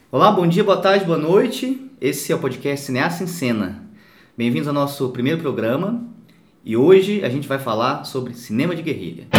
Olá, bom dia, boa tarde, boa noite. Esse é o podcast Cineasta em Cena. Bem-vindos ao nosso primeiro programa e hoje a gente vai falar sobre cinema de guerrilha.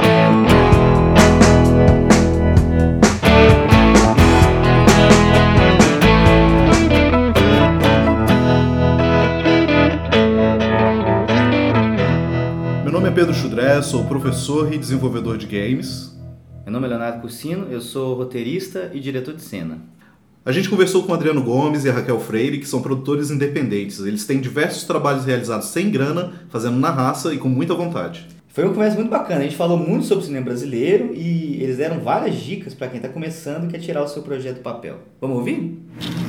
Meu nome é Pedro Chudré, sou professor e desenvolvedor de games. Meu nome é Leonardo Cursino, eu sou roteirista e diretor de cena. A gente conversou com o Adriano Gomes e a Raquel Freire, que são produtores independentes. Eles têm diversos trabalhos realizados sem grana, fazendo na raça e com muita vontade. Foi uma conversa muito bacana, a gente falou muito sobre o cinema brasileiro e eles deram várias dicas para quem está começando e quer tirar o seu projeto do papel. Vamos ouvir?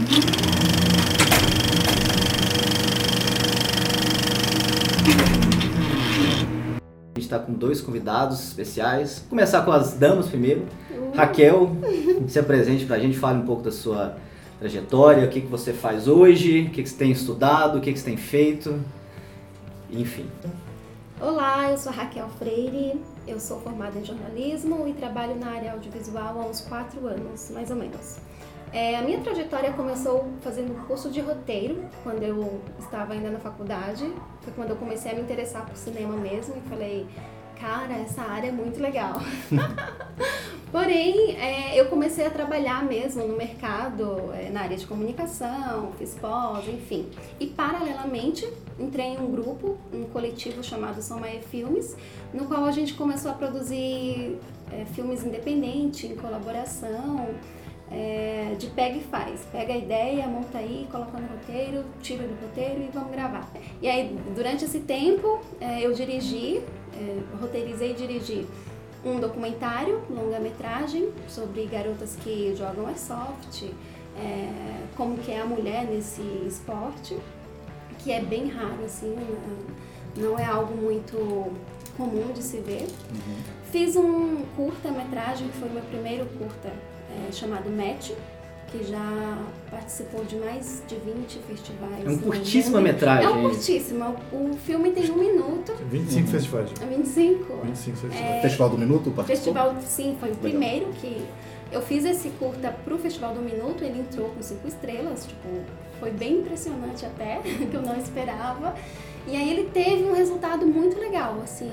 A gente está com dois convidados especiais. Vou começar com as damas primeiro. Raquel, se apresente pra gente, fale um pouco da sua trajetória, o que você faz hoje, o que você tem estudado, o que você tem feito, enfim. Olá, eu sou a Raquel Freire, eu sou formada em jornalismo e trabalho na área audiovisual há uns 4 anos, mais ou menos. A minha trajetória começou fazendo um curso de roteiro, quando eu estava ainda na faculdade. Foi quando eu comecei a me interessar por cinema mesmo e falei, cara, essa área é muito legal. Porém, eu comecei a trabalhar mesmo no mercado, na área de comunicação, fiz pós, enfim. E paralelamente, entrei em um grupo, um coletivo chamado Somae Filmes, no qual a gente começou a produzir filmes independentes, em colaboração, de pega e faz. Pega a ideia, monta aí, coloca no roteiro, tira do roteiro e vamos gravar. E aí, durante esse tempo, eu dirigi, roteirizei e dirigi um documentário, longa-metragem, sobre garotas que jogam airsoft, como que é a mulher nesse esporte, que é bem raro, assim, não é algo muito comum de se ver. Fiz um curta-metragem, que foi o meu primeiro curta, chamado Match, que já participou de mais de 20 festivais. É um curtíssima metragem. É um curtíssimo. O filme tem 1 minuto. 25 festivais. 25? 25 festivais. Festival do Minuto, participou? Festival, sim, foi o primeiro que... Eu fiz esse curta pro Festival do Minuto, ele entrou com 5 estrelas, tipo, foi bem impressionante até, que eu não esperava. E aí ele teve um resultado muito legal, assim,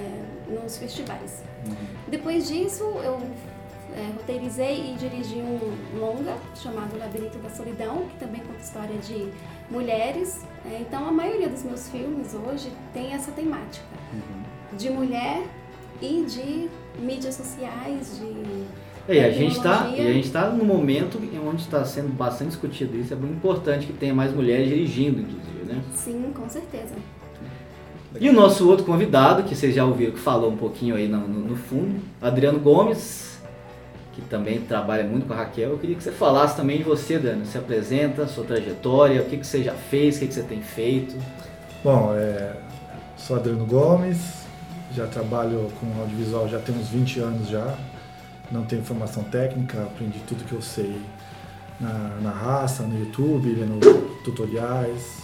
nos festivais. Depois disso, eu roteirizei e dirigi um longa chamado Labirinto da Solidão, que também conta história de mulheres. Então a maioria dos meus filmes hoje tem essa temática de mulher e de mídias sociais, E a gente está num momento onde está sendo bastante discutido isso, é muito importante que tenha mais mulheres dirigindo, inclusive, né? Sim, com certeza. E o nosso outro convidado, que vocês já ouviram que falou um pouquinho aí no fundo, Adriano Gomes, que também trabalha muito com a Raquel. Eu queria que você falasse também de você, Dani. Se apresenta, sua trajetória, o que você já fez, o que você tem feito. Bom, sou Adriano Gomes, já trabalho com audiovisual já tem uns 20 anos já. Não tenho formação técnica, aprendi tudo que eu sei na raça, no YouTube, vendo tutoriais.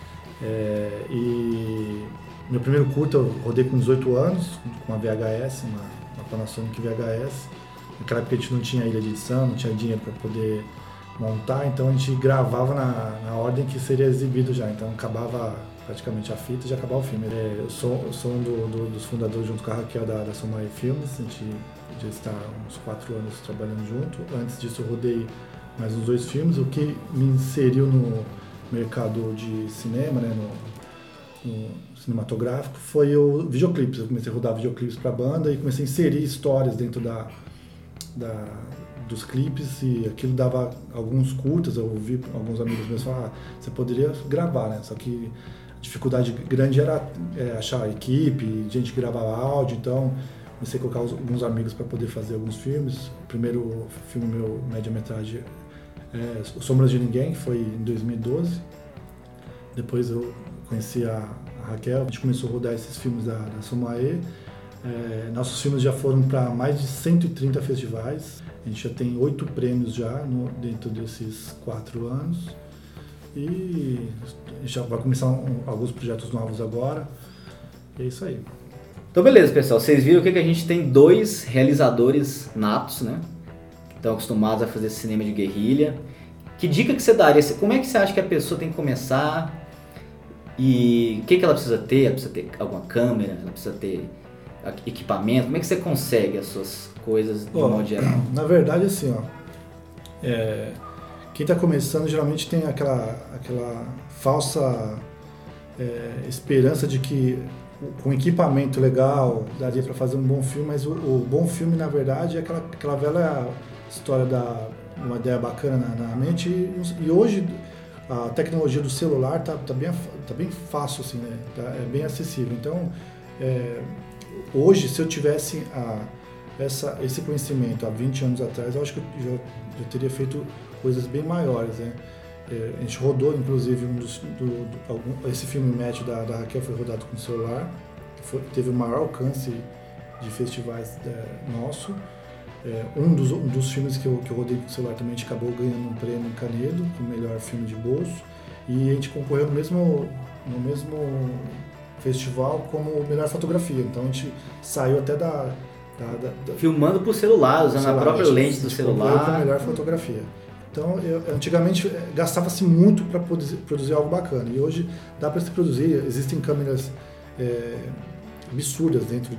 E meu primeiro curta eu rodei com 18 anos, com uma VHS, uma Panasonic VHS. Naquela época a gente não tinha ilha de edição, não tinha dinheiro para poder montar, então a gente gravava na ordem que seria exibido já. Então acabava praticamente a fita e já acabava o filme. Eu sou um dos fundadores junto com a Raquel da Somae Filmes, a gente já está há uns 4 anos trabalhando junto. Antes disso eu rodei mais uns 2 filmes, o que me inseriu no mercado de cinema, né, no cinematográfico, foi o videoclipes. Eu comecei a rodar videoclipes para a banda e comecei a inserir histórias dentro dos clipes, e aquilo dava alguns curtas. Eu ouvi alguns amigos meus falar, você poderia gravar, né? Só que a dificuldade grande era achar a equipe, gente que gravava áudio, então comecei a colocar alguns amigos para poder fazer alguns filmes. O primeiro filme meu, média-metragem, O Sombras de Ninguém, que foi em 2012. Depois eu conheci a Raquel, a gente começou a rodar esses filmes da Somae. Nossos filmes já foram para mais de 130 festivais. A gente já tem 8 prêmios já dentro desses 4 anos. E a gente já vai começar alguns projetos novos agora. E é isso aí. Então beleza, pessoal. Vocês viram que a gente tem 2 realizadores natos, né? estão acostumados a fazer cinema de guerrilha. Que dica que você daria? Como é que você acha que a pessoa tem que começar? E o que ela precisa ter? Ela precisa ter alguma câmera? Ela precisa ter equipamento? Como é que você consegue as suas coisas de modo geral? Na verdade, assim, quem está começando geralmente tem aquela falsa esperança de que com equipamento legal daria para fazer um bom filme, mas o bom filme, na verdade, é aquela velha história uma ideia bacana na mente, e hoje a tecnologia do celular tá bem fácil, assim, né? É bem acessível. Então, hoje, se eu tivesse esse conhecimento há 20 anos atrás, eu acho que eu já teria feito coisas bem maiores, né? A gente rodou, inclusive, esse filme Match da Raquel foi rodado com celular, teve o maior alcance de festivais nosso. Um dos filmes que eu rodei com celular também, a gente acabou ganhando um prêmio em Canedo, com o melhor filme de bolso, e a gente concorreu no mesmo festival como melhor fotografia. Então a gente saiu até filmando por celular, usando a própria lente do celular. Com a melhor fotografia. Então, antigamente gastava-se muito para produzir algo bacana, e hoje dá para se produzir. Existem câmeras absurdas dentro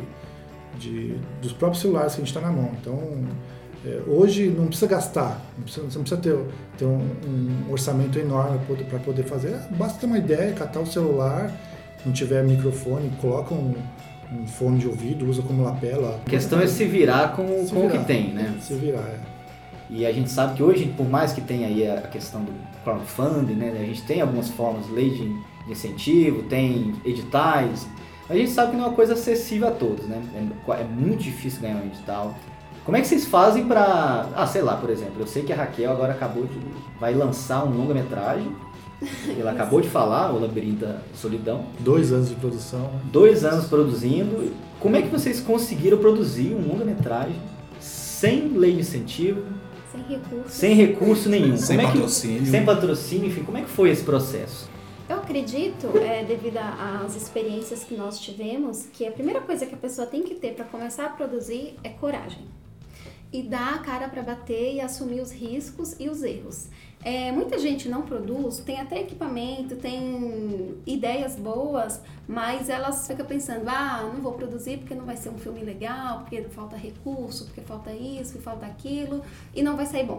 dos próprios celulares que a gente está na mão. Então, hoje não precisa gastar, você não precisa ter um orçamento enorme para poder fazer. Basta ter uma ideia, catar o celular, não tiver microfone, coloca um fone de ouvido, usa como lapela. A questão é se virar com o que tem, né? Se virar, E a gente sabe que hoje, por mais que tenha aí a questão do crowdfunding, né, a gente tem algumas formas, lei de incentivo, tem editais, mas a gente sabe que não é uma coisa acessível a todos, né? É muito difícil ganhar um edital. Como é que vocês fazem pra... sei lá, por exemplo, eu sei que a Raquel agora vai lançar um longa-metragem, ela acabou de falar, O Labirinto da Solidão. 2 anos de produção. 2 anos produzindo. Como é que vocês conseguiram produzir um longa-metragem sem lei de incentivo? Sem recurso nenhum. Sem patrocínio. Sem patrocínio, enfim, como é que foi esse processo? Eu acredito, devido às experiências que nós tivemos, que a primeira coisa que a pessoa tem que ter para começar a produzir é coragem. E dar a cara para bater e assumir os riscos e os erros. Muita gente não produz, tem até equipamento, tem ideias boas, mas elas ficam pensando, não vou produzir porque não vai ser um filme legal, porque falta recurso, porque falta isso, falta aquilo, e não vai sair bom.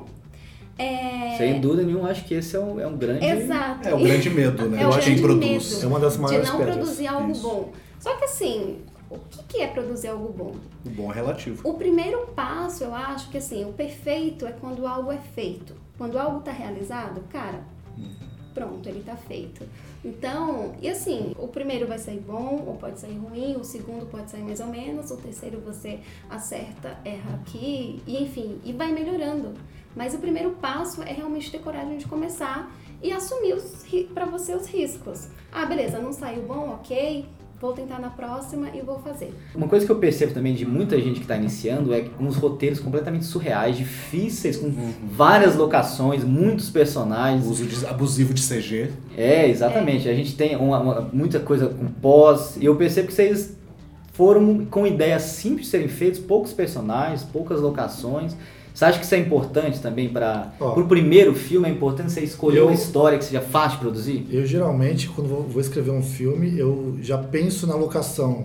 Sem dúvida nenhuma, acho que esse é um grande... Exato. É o grande medo, né? É o de quem produz. medo é uma das maiores de não pedras. produzir algo Isso. bom. Só que assim, o que é produzir algo bom? O bom é relativo. O primeiro passo, eu acho que assim, o perfeito é quando algo é feito. Quando algo está realizado, cara, pronto, ele está feito. Então, e assim, o primeiro vai sair bom ou pode sair ruim, o segundo pode sair mais ou menos, o terceiro você acerta, erra aqui, e enfim, e vai melhorando. Mas o primeiro passo é realmente ter coragem de começar e assumir para você os riscos. Beleza, não saiu bom, ok, vou tentar na próxima e vou fazer. Uma coisa que eu percebo também de muita gente que está iniciando é uns roteiros completamente surreais, difíceis, com várias locações, muitos personagens. Uso abusivo de CG. Exatamente. A gente tem muita coisa com pós, e eu percebo que vocês foram com ideias simples de serem feitas, poucos personagens, poucas locações. Você acha que isso é importante também para o primeiro filme? É importante você escolher uma história que seja fácil de produzir? Eu geralmente, quando vou escrever um filme, eu já penso na locação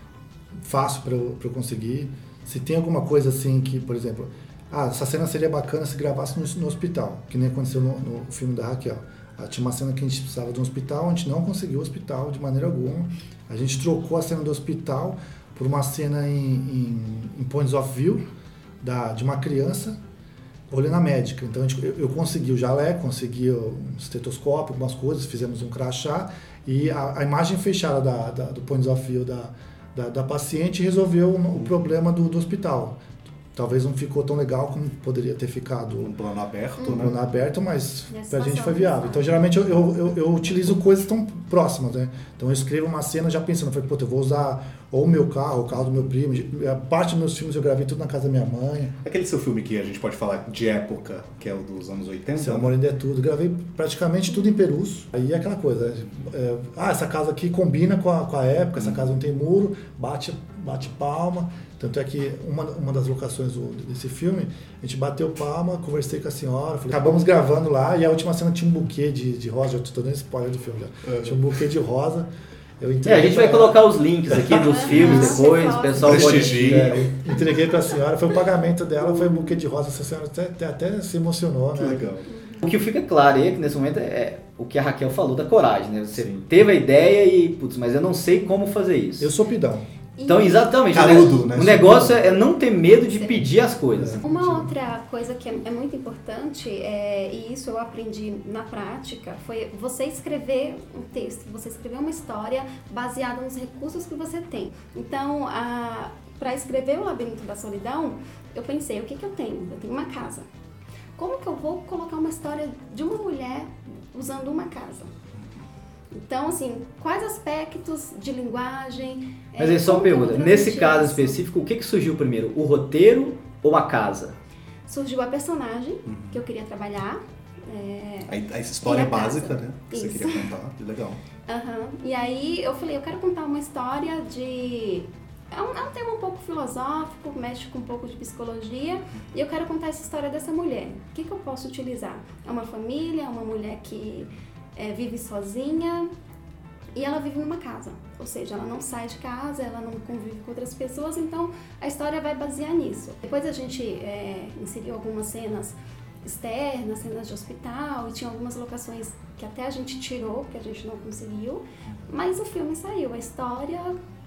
fácil para eu conseguir. Se tem alguma coisa assim que, por exemplo, essa cena seria bacana se gravasse no hospital, que nem aconteceu no filme da Raquel. Tinha uma cena que a gente precisava de um hospital, a gente não conseguiu o hospital de maneira alguma. A gente trocou a cena do hospital por uma cena em Points of View, de uma criança olhando a médica. Então eu consegui o jaleco, consegui um estetoscópio, algumas coisas, fizemos um crachá, e a imagem fechada do Points of View da paciente resolveu o problema do hospital. Talvez não ficou tão legal como poderia ter ficado um plano aberto, né? Um plano aberto, mas pra gente foi viável. Então, geralmente, eu utilizo coisas tão próximas, né? Então, eu escrevo uma cena já pensando, eu vou usar ou o meu carro, o carro do meu primo. A parte dos meus filmes eu gravei tudo na casa da minha mãe. Aquele seu filme que a gente pode falar de época, que é o dos anos 80? Seu Amor Ainda é Tudo. Gravei praticamente tudo em Perus. Aí é aquela coisa, essa casa aqui combina com a época, essa casa não tem muro, bate bate palma. Tanto é que uma das locações desse filme, a gente bateu palma, conversei com a senhora, falei, acabamos gravando lá, e a última cena tinha um buquê de rosa, já tô dando spoiler do filme já. Tinha um buquê de rosa. A gente vai colocar os links aqui dos filmes depois, o pessoal pode... Entreguei pra senhora, foi o pagamento dela, foi um buquê de rosa, essa senhora até se emocionou, né? Que legal. O que fica claro aí, que nesse momento é o que a Raquel falou da coragem, né? Você teve a ideia e, putz, mas eu não sei como fazer isso. Eu sou pidão. Então, exatamente, Carudo, né? O negócio é não ter medo de pedir as coisas. Uma outra coisa que é muito importante, e isso eu aprendi na prática, foi você escrever um texto, você escrever uma história baseada nos recursos que você tem. Então, para escrever o Labirinto da Solidão, eu pensei, o que eu tenho? Eu tenho uma casa. Como que eu vou colocar uma história de uma mulher usando uma casa? Então, assim, quais aspectos de linguagem... Mas aí só uma pergunta, nesse caso específico, o que surgiu primeiro? O roteiro ou a casa? Surgiu a personagem que eu queria trabalhar. A história básica, né? Que você queria contar, que legal. E aí eu falei, eu quero contar uma história de... É um tema um pouco filosófico, mexe com um pouco de psicologia, e eu quero contar essa história dessa mulher. O que eu posso utilizar? É uma família, é uma mulher que... vive sozinha e ela vive numa casa, ou seja, ela não sai de casa, ela não convive com outras pessoas, então a história vai basear nisso. Depois a gente inseriu algumas cenas externas, cenas de hospital, e tinha algumas locações que até a gente tirou, que a gente não conseguiu, mas o filme saiu, a história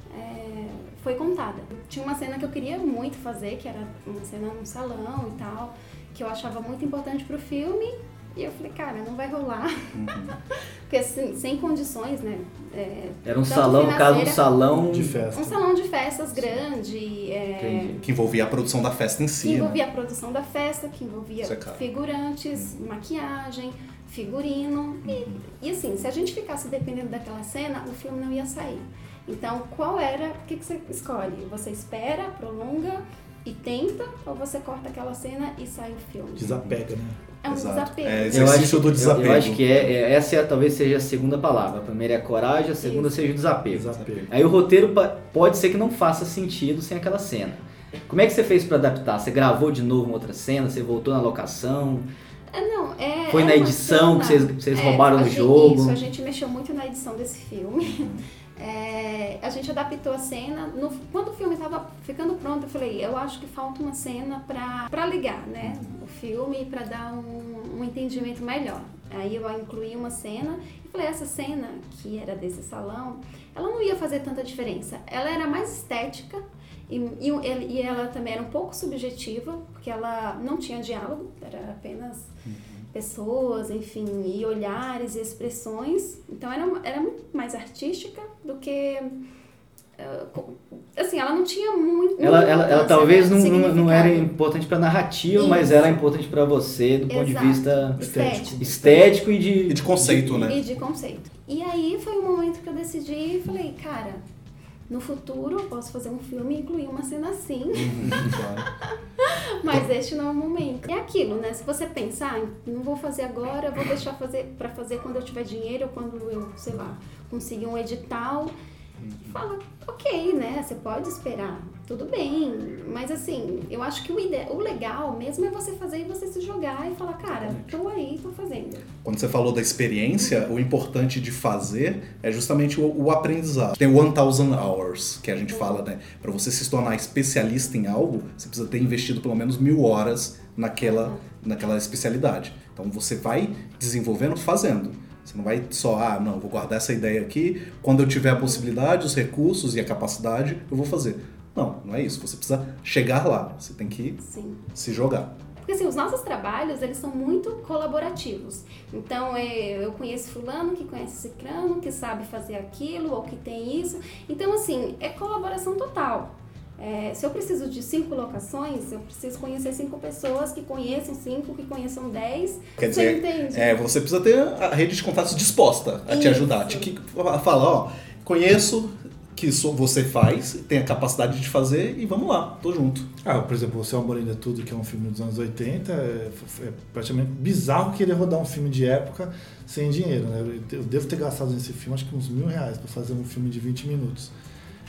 foi contada. Tinha uma cena que eu queria muito fazer, que era uma cena num salão e tal, que eu achava muito importante pro filme. E eu falei, cara, não vai rolar. Porque assim, sem condições, né? Era um salão, no caso, um salão de festa. Um salão de festas grande. Que envolvia a produção da festa em si. Que envolvia a produção da festa, que envolvia figurantes, maquiagem, figurino. E assim, se a gente ficasse dependendo daquela cena, o filme não ia sair. Então, qual era? O que você escolhe? Você espera, prolonga e tenta, ou você corta aquela cena e sai o filme? Desapega, né? É um desapego. Exercício do desapego. Eu acho que essa talvez seja a segunda palavra. A primeira é a coragem, a segunda seja o desapego. Aí o roteiro pode ser que não faça sentido sem aquela cena. Como é que você fez para adaptar? Você gravou de novo uma outra cena? Você voltou na locação? Foi na edição que vocês roubaram no jogo? Isso, a gente mexeu muito na edição desse filme. A gente adaptou a cena. Quando o filme estava ficando pronto, eu falei, eu acho que falta uma cena para ligar, né, o filme, para dar um entendimento melhor. Aí eu incluí uma cena e falei, essa cena que era desse salão, ela não ia fazer tanta diferença. Ela era mais estética e ela também era um pouco subjetiva, porque ela não tinha diálogo, era apenas... pessoas, enfim, e olhares e expressões. Então era muito mais artística do que... assim, ela não tinha muito... Ela talvez não era importante para narrativa, mas era importante para você do ponto de vista estético e de conceito, né? E de conceito. E aí foi o momento que eu decidi e falei, cara, no futuro eu posso fazer um filme e incluir uma cena assim. Claro. Mas este não é o momento. É aquilo, né? Se você pensar, não vou fazer agora, vou deixar para fazer quando eu tiver dinheiro, ou quando eu, sei lá, conseguir um edital. Fala, ok, né? Você pode esperar, tudo bem. Mas assim, eu acho que o legal mesmo é você fazer e você se jogar e falar, cara, tô aí, tô fazendo. Quando você falou da experiência, o importante de fazer é justamente o aprendizado. Tem 1000 hours, que a gente fala, né? Para você se tornar especialista em algo, você precisa ter investido pelo menos 1000 horas naquela especialidade. Então você vai desenvolvendo fazendo. Você não vai só, não, vou guardar essa ideia aqui, quando eu tiver a possibilidade, os recursos e a capacidade, eu vou fazer. Não é isso. Você precisa chegar lá, você tem que se jogar. Porque assim, os nossos trabalhos, eles são muito colaborativos. Então, eu conheço fulano, que conhece cicrano, que sabe fazer aquilo, ou que tem isso. Então, assim, é colaboração total. Se eu preciso de 5 locações, eu preciso conhecer 5 pessoas que conheçam 5, que conheçam 10. Quer dizer, você precisa ter a rede de contatos disposta a te ajudar. Falar, conheço que você faz, tem a capacidade de fazer e vamos lá, tô junto. Por exemplo, O Céu Moreno é Tudo, que é um filme dos anos 80, é praticamente bizarro querer rodar um filme de época sem dinheiro, né? Eu devo ter gastado nesse filme acho que uns R$1.000 para fazer um filme de 20 minutos.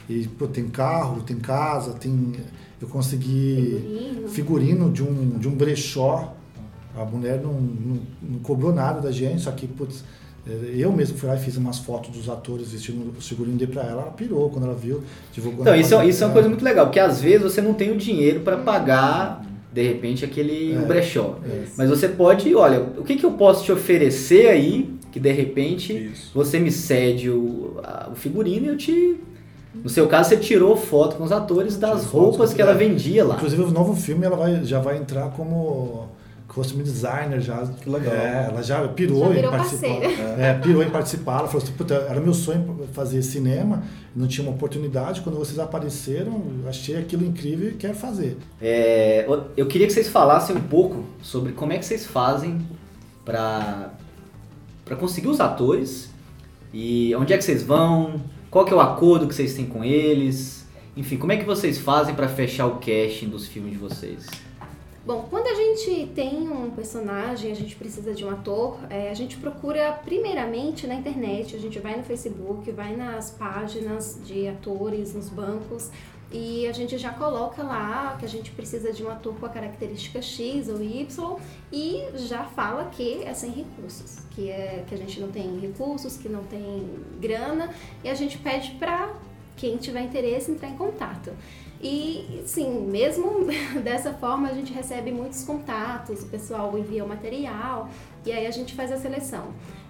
E, pô, tem carro, tem casa, eu consegui figurino de um brechó. A mulher não cobrou nada da gente, só que, putz, eu mesmo fui lá e fiz umas fotos dos atores vestindo o figurino, dei pra ela pirou quando ela viu, divulgou. Então, isso é uma coisa muito legal, porque às vezes você não tem o dinheiro para pagar, de repente, o brechó. Mas você pode, olha, o que eu posso te oferecer aí, que de repente você me cede o figurino e eu te... No seu caso, você tirou foto com os atores das roupas que ela vendia lá. Inclusive, o novo filme já vai entrar como costume designer já. Que legal. Ela já pirou em participar. Pirou em participar. Ela falou assim, puta, era meu sonho fazer cinema, não tinha uma oportunidade. Quando vocês apareceram, achei aquilo incrível e quero fazer. Eu queria que vocês falassem um pouco sobre como é que vocês fazem para conseguir os atores e onde é que vocês vão, qual que é o acordo que vocês têm com eles, enfim, como é que vocês fazem para fechar o casting dos filmes de vocês? Bom, quando a gente tem um personagem, a gente precisa de um ator, a gente procura primeiramente na internet, a gente vai no Facebook, vai nas páginas de atores, nos bancos, e a gente já coloca lá que a gente precisa de um ator com a característica X ou Y e já fala que é sem recursos, que a gente não tem recursos, que não tem grana, e a gente pede para quem tiver interesse entrar em contato. E sim, mesmo dessa forma a gente recebe muitos contatos, o pessoal envia o material e aí a gente faz a seleção.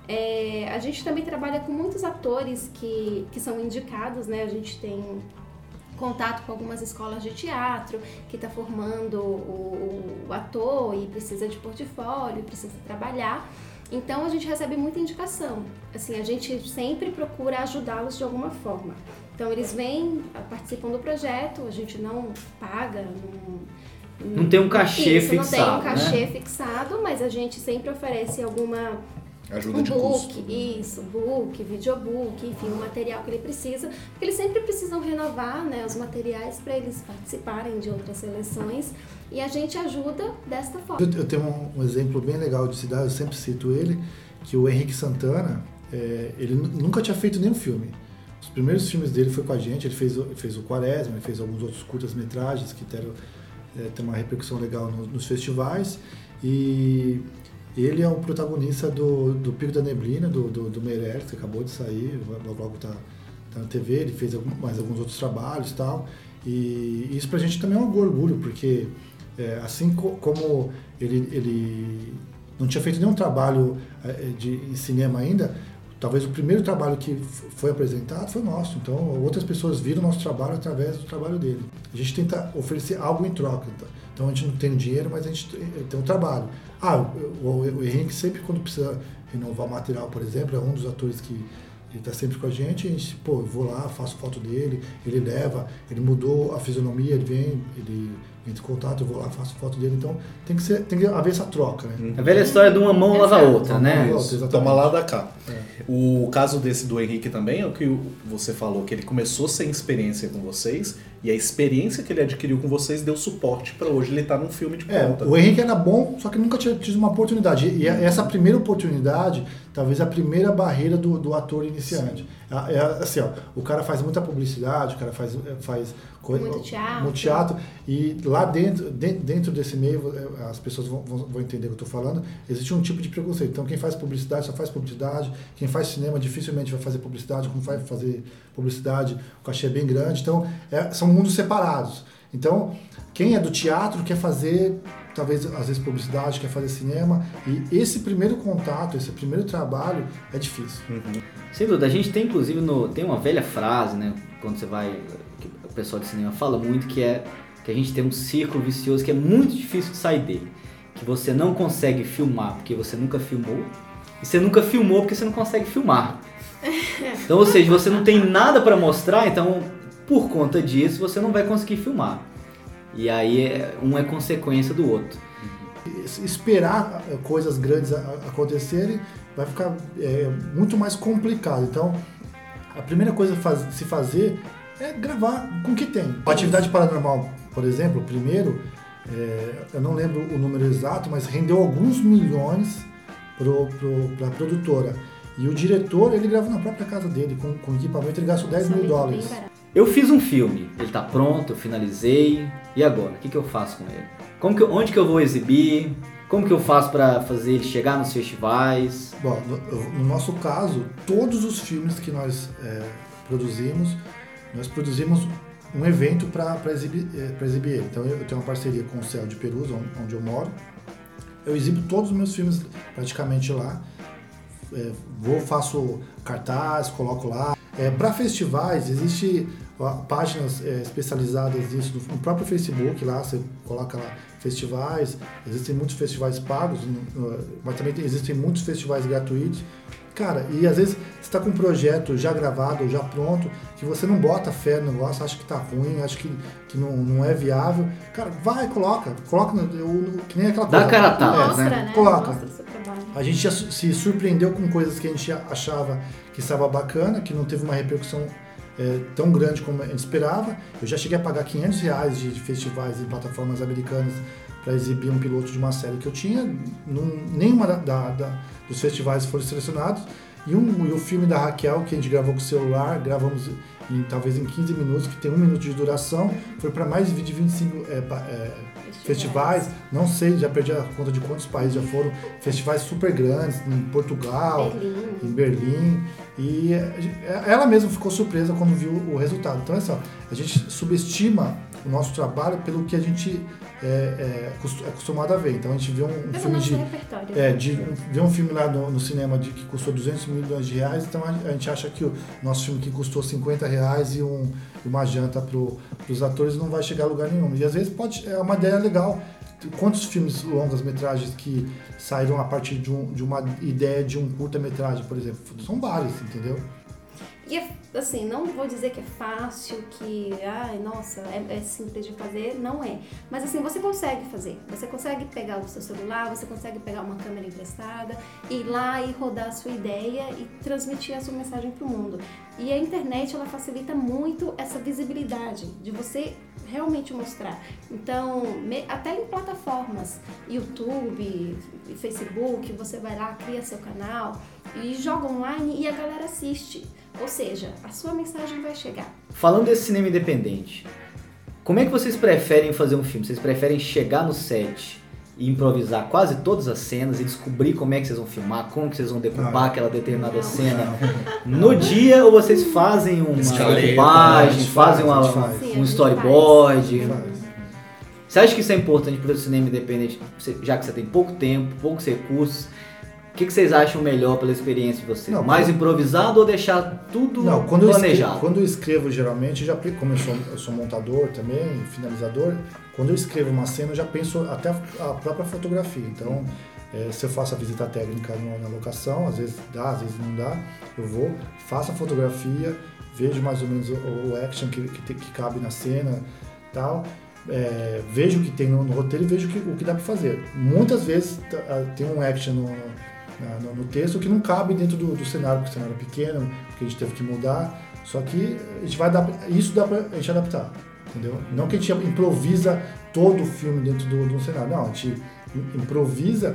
A gente também trabalha com muitos atores que são indicados, né? A gente tem contato com algumas escolas de teatro que está formando o ator e precisa de portfólio, precisa trabalhar. Então a gente recebe muita indicação. Assim, a gente sempre procura ajudá-los de alguma forma. Então eles vêm, participam do projeto, a gente não paga, não tem um cachê fixado. Não tem um cachê fixado, mas a gente sempre oferece alguma ajuda de custo. Book, videobook, enfim, o material que ele precisa, porque eles sempre precisam renovar, né, os materiais para eles participarem de outras seleções e a gente ajuda desta forma. Eu tenho um exemplo bem legal de cidade, eu sempre cito ele, que o Henrique Santana, ele nunca tinha feito nenhum filme. Os primeiros filmes dele foi com a gente, ele fez o Quaresma, ele fez alguns outros curtas-metragens que tem uma repercussão legal nos festivais e ele é o protagonista do Pico da Neblina, do Meirelles, que acabou de sair, logo tá na TV, ele fez mais alguns outros trabalhos e tal. E isso pra gente também é um orgulho, porque assim como ele não tinha feito nenhum trabalho em cinema ainda, talvez o primeiro trabalho que foi apresentado foi nosso. Então outras pessoas viram o nosso trabalho através do trabalho dele. A gente tenta oferecer algo em troca. Então a gente não tem dinheiro, mas a gente tem um trabalho. O Henrique sempre, quando precisa renovar o material, por exemplo, é um dos atores que ele está sempre com a gente, eu vou lá, faço foto dele, ele leva, ele mudou a fisionomia, ele entra em contato, eu vou lá, faço foto dele, então tem que haver essa troca, né? A velha história de uma mão lava a outra, né? Toma lá da cá. O caso desse do Henrique também é o que você falou, que ele começou sem experiência com vocês e a experiência que ele adquiriu com vocês deu suporte para hoje ele estar num filme de ponta. O Henrique era bom, só que nunca tinha tido uma oportunidade. E essa primeira oportunidade, talvez a primeira barreira do ator iniciante. Assim, o cara faz muita publicidade, o cara faz coisa, muito teatro, e lá dentro desse meio, as pessoas vão entender o que eu estou falando, existe um tipo de preconceito. Então quem faz publicidade só faz publicidade, quem faz cinema dificilmente vai fazer publicidade, como vai fazer publicidade, o cachê é bem grande, então são mundos separados. Então quem é do teatro quer fazer, talvez às vezes publicidade, quer fazer cinema, e esse primeiro contato, esse primeiro trabalho é difícil. Sem dúvida, a gente tem inclusive, tem uma velha frase, né, quando você vai, que o pessoal de cinema fala muito, que a gente tem um círculo vicioso que é muito difícil de sair dele, que você não consegue filmar porque você nunca filmou, e você nunca filmou porque você não consegue filmar. Então, ou seja, você não tem nada para mostrar, então por conta disso você não vai conseguir filmar. E aí um é consequência do outro. Esperar coisas grandes acontecerem vai ficar muito mais complicado. Então, a primeira coisa a se fazer é gravar com o que tem. A Atividade Paranormal, por exemplo, primeiro, eu não lembro o número exato, mas rendeu alguns milhões para a produtora. E o diretor, ele gravou na própria casa dele, com equipamento, ele gastou $10 mil. Eu fiz um filme, ele tá pronto, eu finalizei, e agora? O que eu faço com ele? Onde que eu vou exibir? Como que eu faço para fazer ele chegar nos festivais? Bom, no nosso caso, todos os filmes que nós produzimos um evento para exibir ele. Então eu tenho uma parceria com o Céu de Perus, onde eu moro. Eu exibo todos os meus filmes praticamente lá. Faço cartaz, coloco lá. Para festivais, existem páginas especializadas nisso no próprio Facebook, lá você coloca lá festivais, existem muitos festivais pagos, mas também existem muitos festivais gratuitos. Cara, e às vezes você está com um projeto já gravado, já pronto, que você não bota fé no negócio, acha que tá ruim, acha que não é viável. Cara, vai, coloca que nem aquela coisa. Dá cara a tapa, Mostra, né? Coloca. Mostra o seu trabalho. A gente já se surpreendeu com coisas que a gente achava que estava bacana, que não teve uma repercussão tão grande como a gente esperava. Eu já cheguei a pagar R$500 de festivais e plataformas americanas para exibir um piloto de uma série que eu tinha. Nenhuma dos festivais foram selecionados. E o filme da Raquel, que a gente gravou com o celular, gravamos talvez em 15 minutos, que tem 1 minuto de duração, foi para mais de 25 festivais. Não sei, já perdi a conta de quantos países já foram. Festivais super grandes, em Portugal, em Berlim. E ela mesma ficou surpresa quando viu o resultado. Então, a gente subestima o nosso trabalho pelo que a gente é acostumado a ver. Então a gente vê um filme vê um filme lá no cinema que custou R$200 milhões, então a gente acha que o nosso filme que custou R$50 e uma janta para os atores não vai chegar a lugar nenhum. E às vezes é uma ideia legal. Quantos filmes longas-metragens que saíram a partir de uma ideia de um curta-metragem, por exemplo? São vários, entendeu? E assim, não vou dizer que é fácil, que, nossa, é simples de fazer, não é. Mas assim, você consegue fazer. Você consegue pegar o seu celular, você consegue pegar uma câmera emprestada, ir lá e rodar a sua ideia e transmitir a sua mensagem para o mundo. E a internet, ela facilita muito essa visibilidade de você realmente mostrar. Então, até em plataformas, YouTube, Facebook, você vai lá, cria seu canal e joga online e a galera assiste. Ou seja, a sua mensagem vai chegar. Falando desse cinema independente, como é que vocês preferem fazer um filme? Vocês preferem chegar no set e improvisar quase todas as cenas e descobrir como é que vocês vão filmar, como que vocês vão decupar aquela determinada cena no dia, ou vocês fazem uma decupagem, fazem um storyboard? Você acha que isso é importante para o cinema independente, já que você tem pouco tempo, poucos recursos? O que vocês acham melhor pela experiência de vocês? Mais improvisado ou deixar tudo planejado? Quando eu escrevo, geralmente, como eu sou montador também, finalizador, quando eu escrevo uma cena, eu já penso até a própria fotografia. Então, se eu faço a visita técnica na locação, às vezes dá, às vezes não dá, eu faço a fotografia, vejo mais ou menos o action que cabe na cena e tal. Vejo o que tem no roteiro e vejo o que dá para fazer. Muitas vezes tem um action no texto que não cabe dentro do cenário, porque o cenário é pequeno, que a gente teve que mudar, só que a gente vai isso dá pra gente adaptar, entendeu? Não que a gente improvisa todo o filme dentro do cenário, não, a gente improvisa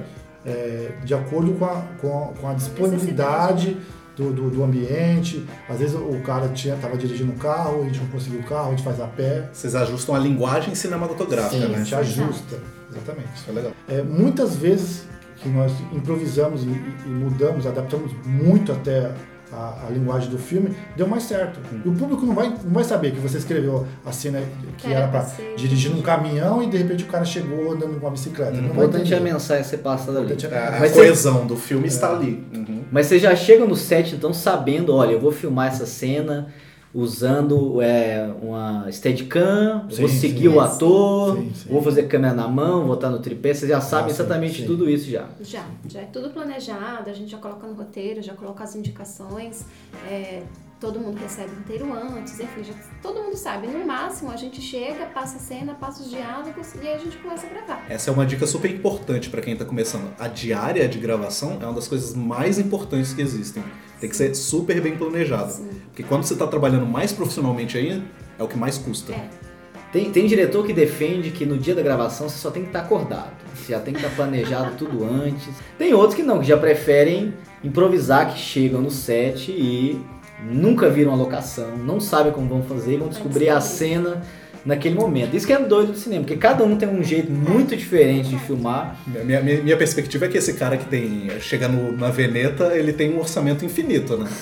de acordo com a disponibilidade do ambiente. Às vezes o cara estava dirigindo um carro, a gente não conseguiu o carro, a gente faz a pé. Vocês ajustam a linguagem cinematográfica, né? A gente ajusta, exatamente. Isso é legal. Muitas vezes que nós improvisamos e mudamos, adaptamos muito até a linguagem do filme, deu mais certo. E o público não vai saber que você escreveu a cena que era para dirigir num caminhão e de repente o cara chegou andando com uma bicicleta. O importante é a mensagem ser passada ali. A coesão do filme está ali. Mas você já chega no set então sabendo, olha, eu vou filmar essa cena usando uma Steadicam, vou seguir o ator, vou fazer câmera na mão, vou estar no tripé, vocês já sabem exatamente tudo isso já. Já é tudo planejado, a gente já coloca no roteiro, já coloca as indicações, todo mundo recebe o roteiro antes, enfim, todo mundo sabe. No máximo a gente chega, passa a cena, passa os diálogos e aí a gente começa a gravar. Essa é uma dica super importante para quem está começando. A diária de gravação é uma das coisas mais importantes que existem. Tem que ser super bem planejado. Porque quando você está trabalhando mais profissionalmente ainda, é o que mais custa. Tem diretor que defende que no dia da gravação você só tem que estar acordado. Você já tem que estar planejado tudo antes. Tem outros que não, que já preferem improvisar, que chegam no set e nunca viram a locação, não sabem como vão fazer, vão descobrir a cena naquele momento. Isso que é doido do cinema, porque cada um tem um jeito muito diferente de filmar. Minha perspectiva é que esse cara que chega na Veneta, ele tem um orçamento infinito, né?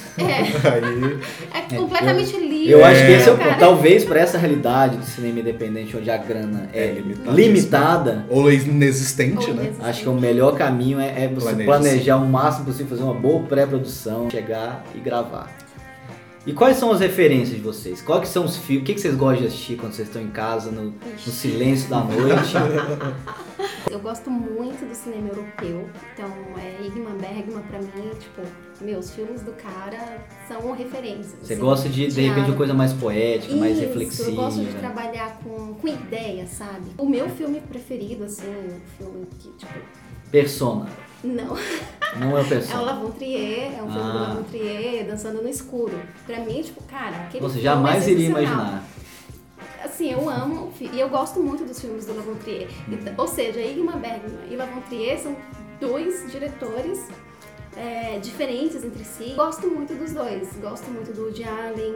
É completamente livre. Eu acho que esse é o ponto. Talvez para essa realidade do cinema independente, onde a grana é limitada ou inexistente, né? Acho que o melhor caminho é você planejar o máximo possível, fazer uma boa pré-produção, chegar e gravar. E quais são as referências de vocês? Quais que são os filmes? O que vocês gostam de assistir quando vocês estão em casa, no silêncio da noite? Eu gosto muito do cinema europeu, então Ingmar Bergman pra mim, tipo, os filmes do cara são referências. Você gosta de repente, uma coisa mais poética, mais reflexiva. Eu gosto de trabalhar com ideias, sabe? O meu filme preferido, assim, um filme que, tipo... Persona. Não. Não é o Persona. É o La Von Trier, é um filme do La Von Trier, Dançando no Escuro. Pra mim, tipo, cara, aquele Você jamais iria imaginar. Assim, eu amo e eu gosto muito dos filmes do La Von Trier. Ou seja, Ingmar Bergman e La Von Trier são dois diretores diferentes entre si. Gosto muito dos dois. Gosto muito do Woody Allen.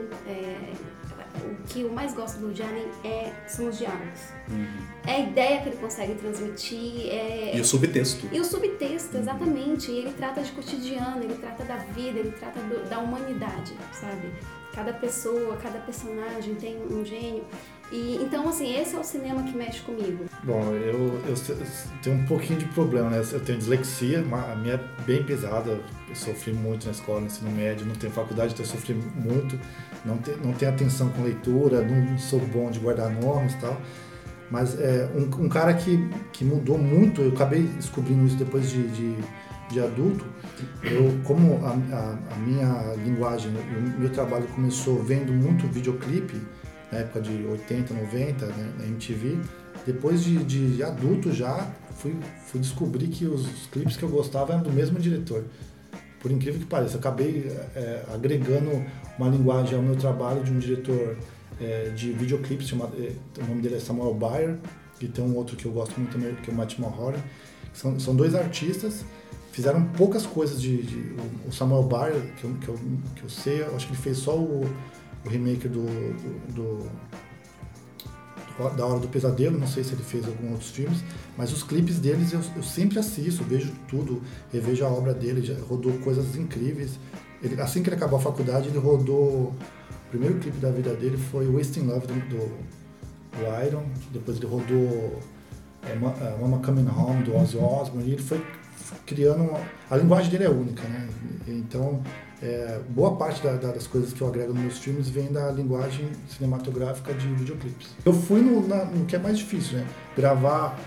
O que eu mais gosto do Woody Allen são os diálogos. É a ideia que ele consegue transmitir. E o subtexto. E o subtexto, exatamente. E ele trata de cotidiano, ele trata da vida, ele trata da humanidade, sabe? Cada pessoa, cada personagem tem um gênio. E, então, assim, esse é o cinema que mexe comigo. Bom, eu tenho um pouquinho de problema, né? Eu tenho dislexia, a minha é bem pesada. Eu sofri muito na escola, no ensino médio, não tenho faculdade, então eu sofri muito. Não tenho atenção com leitura, não sou bom de guardar nomes e tal. Mas um cara que mudou muito, eu acabei descobrindo isso depois de adulto. Como a minha linguagem, o meu trabalho começou vendo muito videoclipe, na época de 80, 90, né, na MTV. Depois de adulto já, fui descobrir que os clipes que eu gostava eram do mesmo diretor. Por incrível que pareça, eu acabei agregando uma linguagem ao meu trabalho de um diretor de videoclipes, o nome dele é Samuel Bayer, e tem um outro que eu gosto muito também, que é o Matt Mulholland. São dois artistas, fizeram poucas coisas o Samuel Bayer, que eu sei, eu acho que ele fez só o remake da Hora do Pesadelo, não sei se ele fez alguns outros filmes, mas os clipes deles eu sempre assisto, vejo tudo, revejo a obra dele, já rodou coisas incríveis. Assim que ele acabou a faculdade, ele rodou, o primeiro clipe da vida dele foi Wasting Love do Iron, depois ele rodou Mama Coming Home do Ozzy Osbourne, e ele foi criando a linguagem dele é única, né? Então boa parte das coisas que eu agrego nos meus filmes vem da linguagem cinematográfica de videoclipes. Eu fui no que é mais difícil, né? Gravar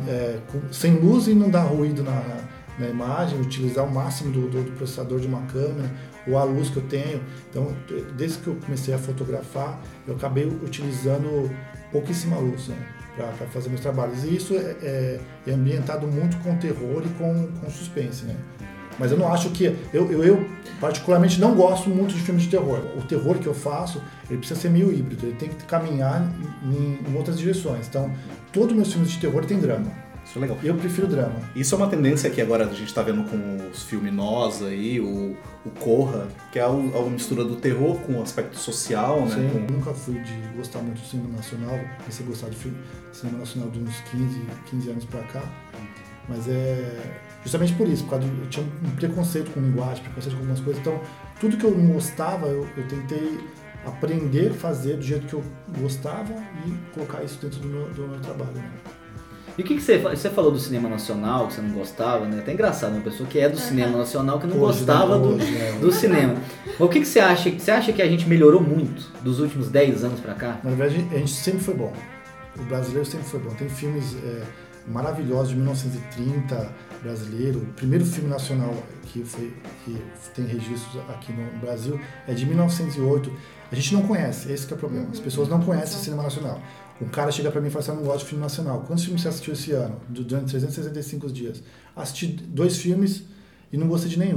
sem luz e não dar ruído na imagem, utilizar o máximo do processador de uma câmera ou a luz que eu tenho. Então, desde que eu comecei a fotografar, eu acabei utilizando pouquíssima luz, né, para fazer meus trabalhos. E isso é ambientado muito com terror e com suspense, né? Mas eu não acho que... Eu particularmente não gosto muito de filmes de terror. O terror que eu faço, ele precisa ser meio híbrido, ele tem que caminhar em outras direções. Então, todos os meus filmes de terror têm drama. Isso é legal. Eu prefiro drama. Isso é uma tendência que agora a gente está vendo com os filmes Nós aí, o Corra, que é a mistura do terror com o aspecto social, né? Sim, eu nunca fui de gostar muito do cinema nacional, comecei a gostar de cinema nacional de uns 15 anos pra cá, mas justamente por isso, eu tinha um preconceito com linguagem, preconceito com algumas coisas, então tudo que eu não gostava, eu tentei aprender a fazer do jeito que eu gostava e colocar isso dentro do meu trabalho, né? E o que você falou do cinema nacional, que você não gostava, né? Até engraçado, uma pessoa que é do cinema nacional que não gostava do cinema. O que você acha? Você acha que a gente melhorou muito dos últimos 10 anos pra cá? Na verdade, a gente sempre foi bom. O brasileiro sempre foi bom. Tem filmes maravilhosos de 1930, brasileiro. O primeiro filme nacional que tem registros aqui no Brasil é de 1908. A gente não conhece, esse que é o problema. As pessoas não conhecem o cinema nacional. O cara chega pra mim e fala assim, eu não gosto de filme nacional. Quantos filmes você assistiu esse ano? Durante 365 dias. Assisti 2 filmes e não gostei de nenhum.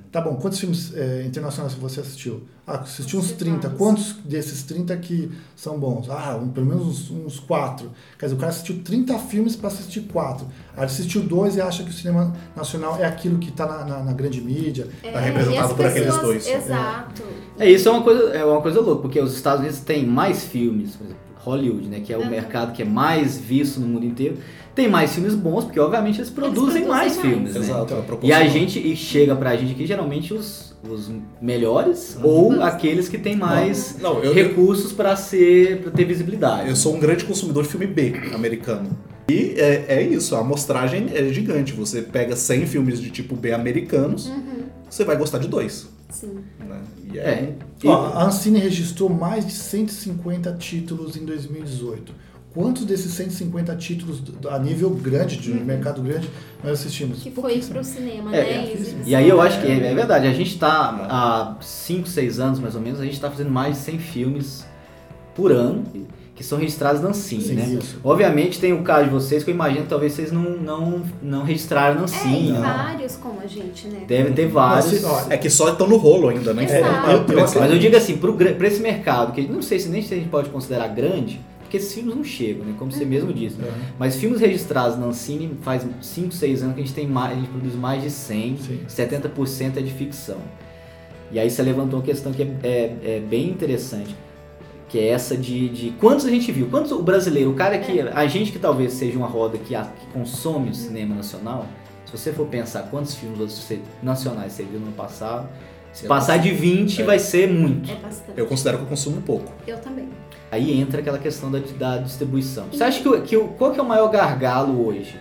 Tá bom, quantos filmes internacionais você assistiu? Assisti uns 30. Vários. Quantos desses 30 que são bons? Pelo menos uns 4. Quer dizer, o cara assistiu 30 filmes para assistir 4. Aí ele assistiu 2 e acha que o cinema nacional é aquilo que tá na grande mídia. Tá representado por aqueles dois. Exato. Isso é uma coisa louca, porque os Estados Unidos têm mais filmes, por exemplo, Hollywood, né, que é o mercado que é mais visto no mundo inteiro, tem mais filmes bons, porque obviamente eles produzem mais filmes, né? Exato, E a gente chega pra gente aqui geralmente os melhores ou aqueles que têm mais recursos para ter visibilidade. Eu sou um grande consumidor de filme B americano. E é isso, a amostragem é gigante. Você pega 100 filmes de tipo B americanos, você vai gostar de 2. Sim. Né? A Ancine registrou mais de 150 títulos em 2018. Quantos desses 150 títulos a nível grande, de mercado grande, nós assistimos? Que foi pro cinema, né? E aí eu acho que é verdade, a gente está há 5, 6 anos mais ou menos, a gente está fazendo mais de 100 filmes por ano, que são registrados na Ancine, né? Isso. Obviamente tem o caso de vocês, que eu imagino que talvez vocês não registraram na Ancine. E vários como a gente, né? Deve ter vários. É que só estão no rolo ainda, né? Mas eu digo assim, para esse mercado, que não sei se nem a gente pode considerar grande, porque esses filmes não chegam, né? Como você mesmo disse. Mas filmes registrados na Ancine faz 5, 6 anos que a gente produz mais de 100, 70% é de ficção. E aí você levantou uma questão que é bem interessante, que é essa de quantos a gente viu, quantos o brasileiro, o cara que, a gente que talvez seja uma roda que consome o cinema nacional, se você for pensar quantos filmes nacionais você viu no ano passado, se passar de 20 vai ser muito. É bastante. Eu considero que eu consumo pouco. Eu também. Aí entra aquela questão da distribuição. Você acha qual que é o maior gargalo hoje?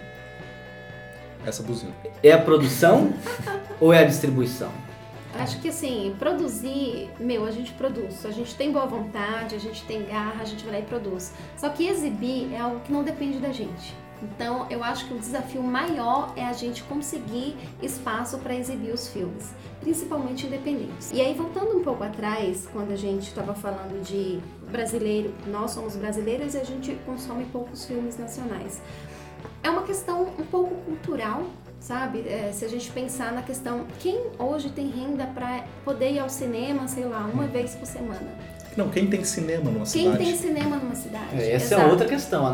Essa buzina. É a produção ou é a distribuição? Acho que assim, produzir, a gente produz. A gente tem boa vontade, a gente tem garra, a gente vai lá e produz. Só que exibir é algo que não depende da gente. Então, eu acho que o desafio maior é a gente conseguir espaço para exibir os filmes, principalmente independentes. E aí, voltando um pouco atrás, quando a gente estava falando de brasileiro, nós somos brasileiros e a gente consome poucos filmes nacionais. É uma questão um pouco cultural, sabe? Se a gente pensar na questão, quem hoje tem renda para poder ir ao cinema, sei lá, uma vez por semana? Não, quem tem cinema numa cidade? Quem tem cinema numa cidade? Essa é outra questão.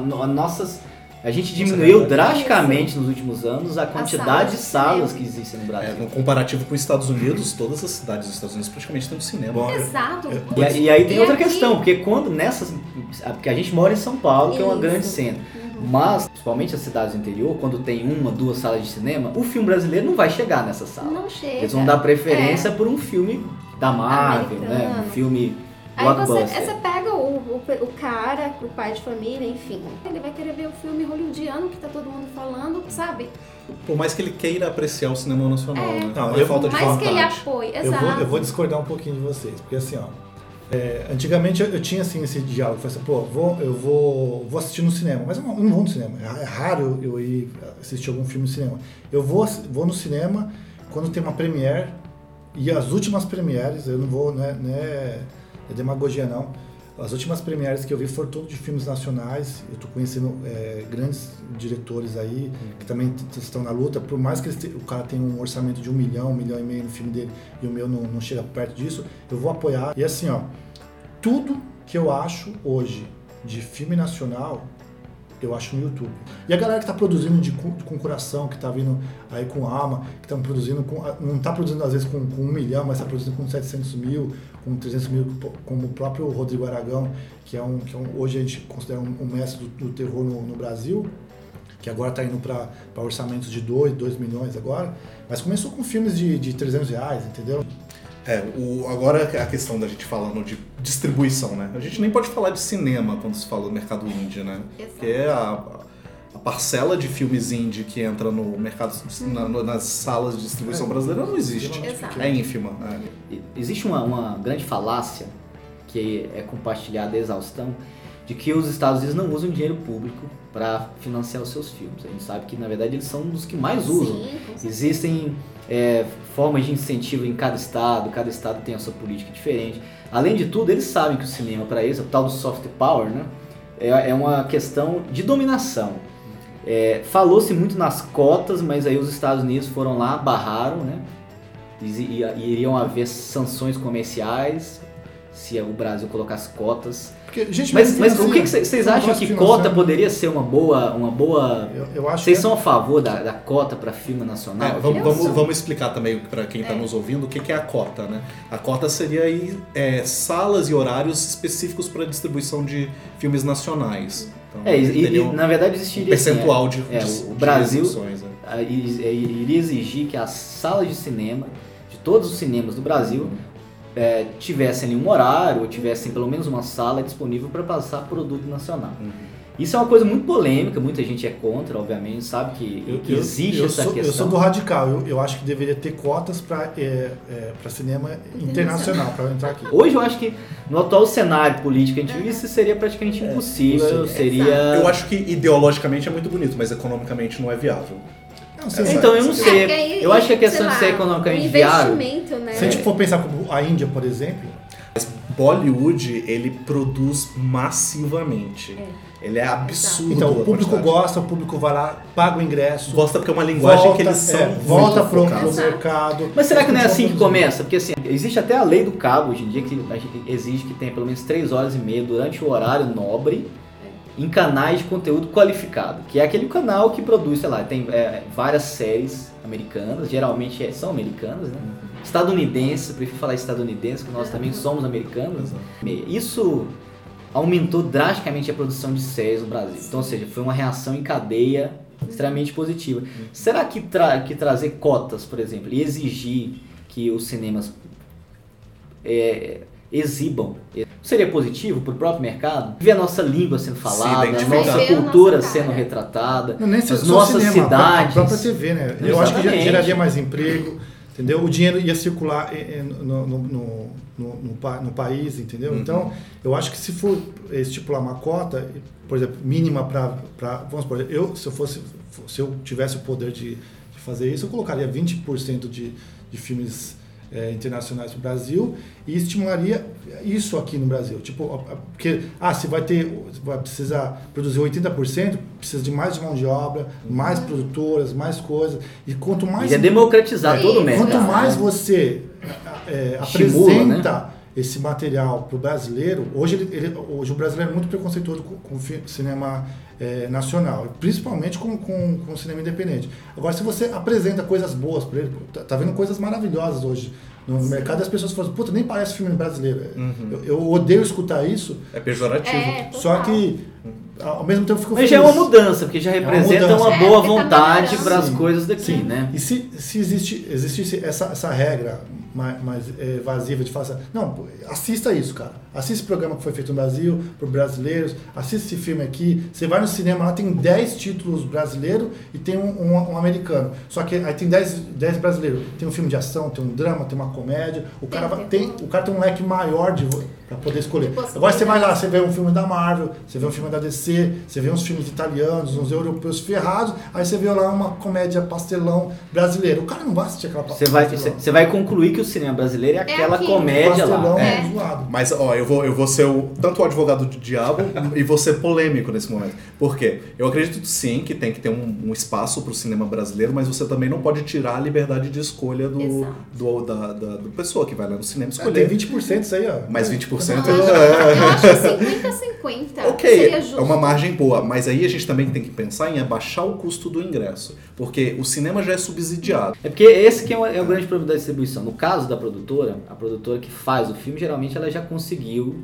A gente diminuiu drasticamente nos últimos anos a quantidade de salas que existem no Brasil. No comparativo com os Estados Unidos, todas as cidades dos Estados Unidos praticamente têm um cinema. Exato. E aí tem outra questão, porque quando porque a gente mora em São Paulo, que é uma grande centro. Mas, principalmente as cidades do interior, quando tem 1, 2 salas de cinema, o filme brasileiro não vai chegar nessa sala. Não chega. Eles vão dar preferência por um filme da Marvel, né? Um filme Aí blockbuster. você pega o cara, o pai de família, enfim, ele vai querer ver o filme hollywoodiano que tá todo mundo falando, sabe? Por mais que ele queira apreciar o cinema nacional, né? Não, é falta de mais vontade. que ele apoie, exato. Eu vou discordar um pouquinho de vocês, porque assim, antigamente eu tinha assim esse diálogo, eu falei assim, eu vou assistir no cinema, mas eu não vou no cinema, é raro eu ir assistir algum filme no cinema. Eu vou no cinema quando tem uma premiere, e as últimas premieres, eu não vou, é demagogia não, as últimas premieres que eu vi foram todas de filmes nacionais. Eu tô conhecendo grandes diretores aí que também estão na luta, por mais que o cara tenha um orçamento de 1 milhão, 1,5 milhão no filme dele e o meu não chega perto disso, eu vou apoiar. E assim, tudo que eu acho hoje de filme nacional, eu acho no YouTube. E a galera que tá produzindo com coração, que tá vindo aí com alma, que estão produzindo não tá produzindo às vezes com 1 milhão, mas tá produzindo com 700 mil, com 300 mil, como o próprio Rodrigo Aragão, que hoje a gente considera um mestre do terror no Brasil, que agora tá indo para orçamentos de 2 milhões agora, mas começou com filmes de 300 reais, entendeu? Agora a questão da gente falando de distribuição, né? A gente nem pode falar de cinema quando se fala do mercado indie, né? Porque a parcela de filmes indie que entra no mercado, nas salas de distribuição brasileira não existe. Exato. É ínfima. Existe uma grande falácia que é compartilhada a exaustão, de que os Estados Unidos não usam dinheiro público para financiar os seus filmes. A gente sabe que, na verdade, eles são um dos que mais usam. Sim, existem formas de incentivo em cada estado tem a sua política diferente. Além de tudo, eles sabem que o cinema, para eles, o tal do soft power, né, é uma questão de dominação. Falou-se muito nas cotas, mas aí os Estados Unidos foram lá, barraram, né, iriam haver sanções comerciais se o Brasil colocasse cotas. Porque, gente, Mas o que vocês acham que cota poderia ser uma boa... Eu acho vocês que são a favor da cota para filme nacional? Vamos explicar também para quem está nos ouvindo o que é a cota, né? A cota seria aí, salas e horários específicos para distribuição de filmes nacionais. Então, na verdade existiria percentual assim, de o Brasil né? iria exigir que as salas de cinema de todos os cinemas do Brasil tivessem ali um horário, ou tivessem pelo menos uma sala disponível para passar produto nacional. Isso é uma coisa muito polêmica, muita gente é contra, obviamente, sabe que existe essa questão. Eu sou do radical, eu acho que deveria ter cotas para cinema internacional, para entrar aqui. Hoje eu acho que no atual cenário político que a gente vive, isso seria praticamente impossível. Eu acho que ideologicamente é muito bonito, mas economicamente não é viável. Então, eu não sei. Eu acho que a questão de ser economicamente viável... Né? Se a gente for pensar como a Índia, por exemplo... Bollywood, ele produz massivamente. Ele é absurdo. Então, o público gosta, o público vai lá, paga o ingresso. Gosta porque é uma linguagem que eles são... volta pro mercado. Mas será que não é assim que começa? Porque assim, existe até a lei do cabo hoje em dia que exige que tenha pelo menos 3 horas e meia durante o horário nobre em canais de conteúdo qualificado, que é aquele canal que produz, sei lá, tem várias séries americanas, geralmente são americanas, né? Estadunidenses, eu prefiro falar estadunidenses, porque nós também somos americanos. Isso aumentou drasticamente a produção de séries no Brasil. Então, ou seja, foi uma reação em cadeia extremamente positiva. Será que trazer cotas, por exemplo, e exigir que os cinemas exibam, seria positivo para o próprio mercado? Ver a nossa língua sendo falada, a nossa cultura sendo retratada, as nossas cidades. A própria TV, né? Eu acho que geraria mais emprego, entendeu? O dinheiro ia circular no país, entendeu? Então, eu acho que se for estipular uma cota, por exemplo, mínima para vamos supor, se eu tivesse o poder de fazer isso, eu colocaria 20% de filmes internacionais para o Brasil e estimularia isso aqui no Brasil. Tipo, porque se vai precisar produzir 80%, precisa de mais mão de obra, mais produtoras, mais coisas. E quanto mais... E democratizar todo o mercado. Quanto mais você apresenta esse material para o brasileiro, hoje o brasileiro é muito preconceituoso com o cinema nacional, principalmente com o cinema independente. Agora, se você apresenta coisas boas para ele, tá vendo coisas maravilhosas hoje no mercado, e as pessoas falam, puta, nem parece filme brasileiro. Eu odeio escutar isso. É pejorativo. Só que, ao mesmo tempo, fico feliz. Mas já é uma mudança, porque já representa uma boa vontade para as coisas daqui, né? E se existisse essa regra mais evasiva de fazer... Não, assista isso, cara. Assista esse programa que foi feito no Brasil, para os brasileiros, assista esse filme aqui. Você vai no cinema, lá tem 10 títulos brasileiros e tem um americano. Só que aí tem 10 brasileiros. Tem um filme de ação, tem um drama, tem uma comédia. O cara tem um leque maior para poder escolher. Agora você vai lá, você vê um filme da Marvel, você vê um filme da DC, você vê uns filmes italianos, uns europeus ferrados, aí você vê lá uma comédia pastelão brasileira. O cara não vai assistir aquela pastelão. Você vai concluir que o cinema brasileiro é aquela comédia lá. Zoado. Mas, eu vou ser tanto o advogado do diabo e vou ser polêmico nesse momento. Por quê? Eu acredito sim que tem que ter um espaço para o cinema brasileiro, mas você também não pode tirar a liberdade de escolha da pessoa que vai lá no cinema escolher. Tem 20% isso aí, ó. Mas 20% eu acho 50-50. Ok, seria justo. É uma margem boa, mas aí a gente também tem que pensar em abaixar o custo do ingresso, porque o cinema já é subsidiado. É porque esse que é o grande problema da distribuição. No caso da produtora, a produtora que faz o filme, geralmente ela já conseguiu,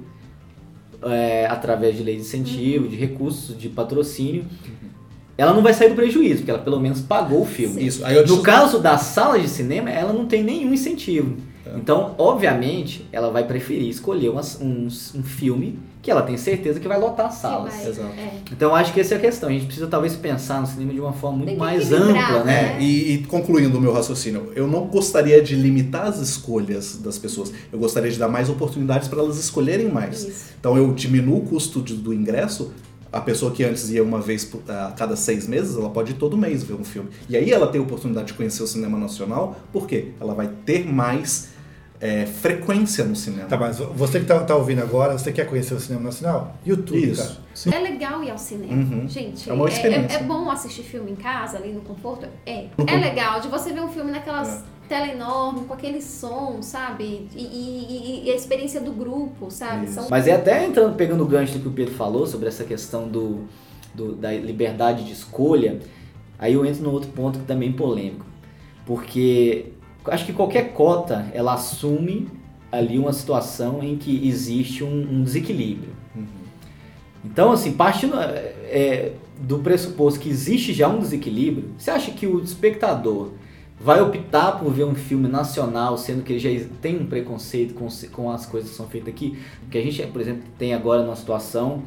através de lei de incentivo, de recursos, de patrocínio, ela não vai sair do prejuízo, porque ela pelo menos pagou o filme. Isso. No caso da sala de cinema, ela não tem nenhum incentivo. Então, obviamente, ela vai preferir escolher um filme que ela tem certeza que vai lotar as salas. Exato. Então, acho que essa é a questão. A gente precisa talvez pensar no cinema de uma forma muito mais ampla, né? E concluindo o meu raciocínio, eu não gostaria de limitar as escolhas das pessoas. Eu gostaria de dar mais oportunidades para elas escolherem mais. Isso. Então, eu diminuo o custo do ingresso. A pessoa que antes ia uma vez a cada 6 meses, ela pode ir todo mês ver um filme. E aí ela tem a oportunidade de conhecer o cinema nacional. Por quê? Ela vai ter mais frequência no cinema. Tá, mas você que tá ouvindo agora, você quer conhecer o cinema nacional? YouTube, Isso. cara. Sim. É legal ir ao cinema, gente. É uma experiência. É bom assistir filme em casa, ali no conforto? É legal de você ver um filme naquelas tela enorme, com aquele som, sabe? E a experiência do grupo, sabe? Mas até pegando o gancho do que o Pedro falou sobre essa questão da liberdade de escolha, aí eu entro no outro ponto que também é polêmico. Porque acho que qualquer cota, ela assume ali uma situação em que existe um desequilíbrio. Então, assim, partindo do pressuposto que existe já um desequilíbrio, você acha que o espectador vai optar por ver um filme nacional, sendo que ele já tem um preconceito com as coisas que são feitas aqui? Porque a gente, por exemplo, tem agora uma situação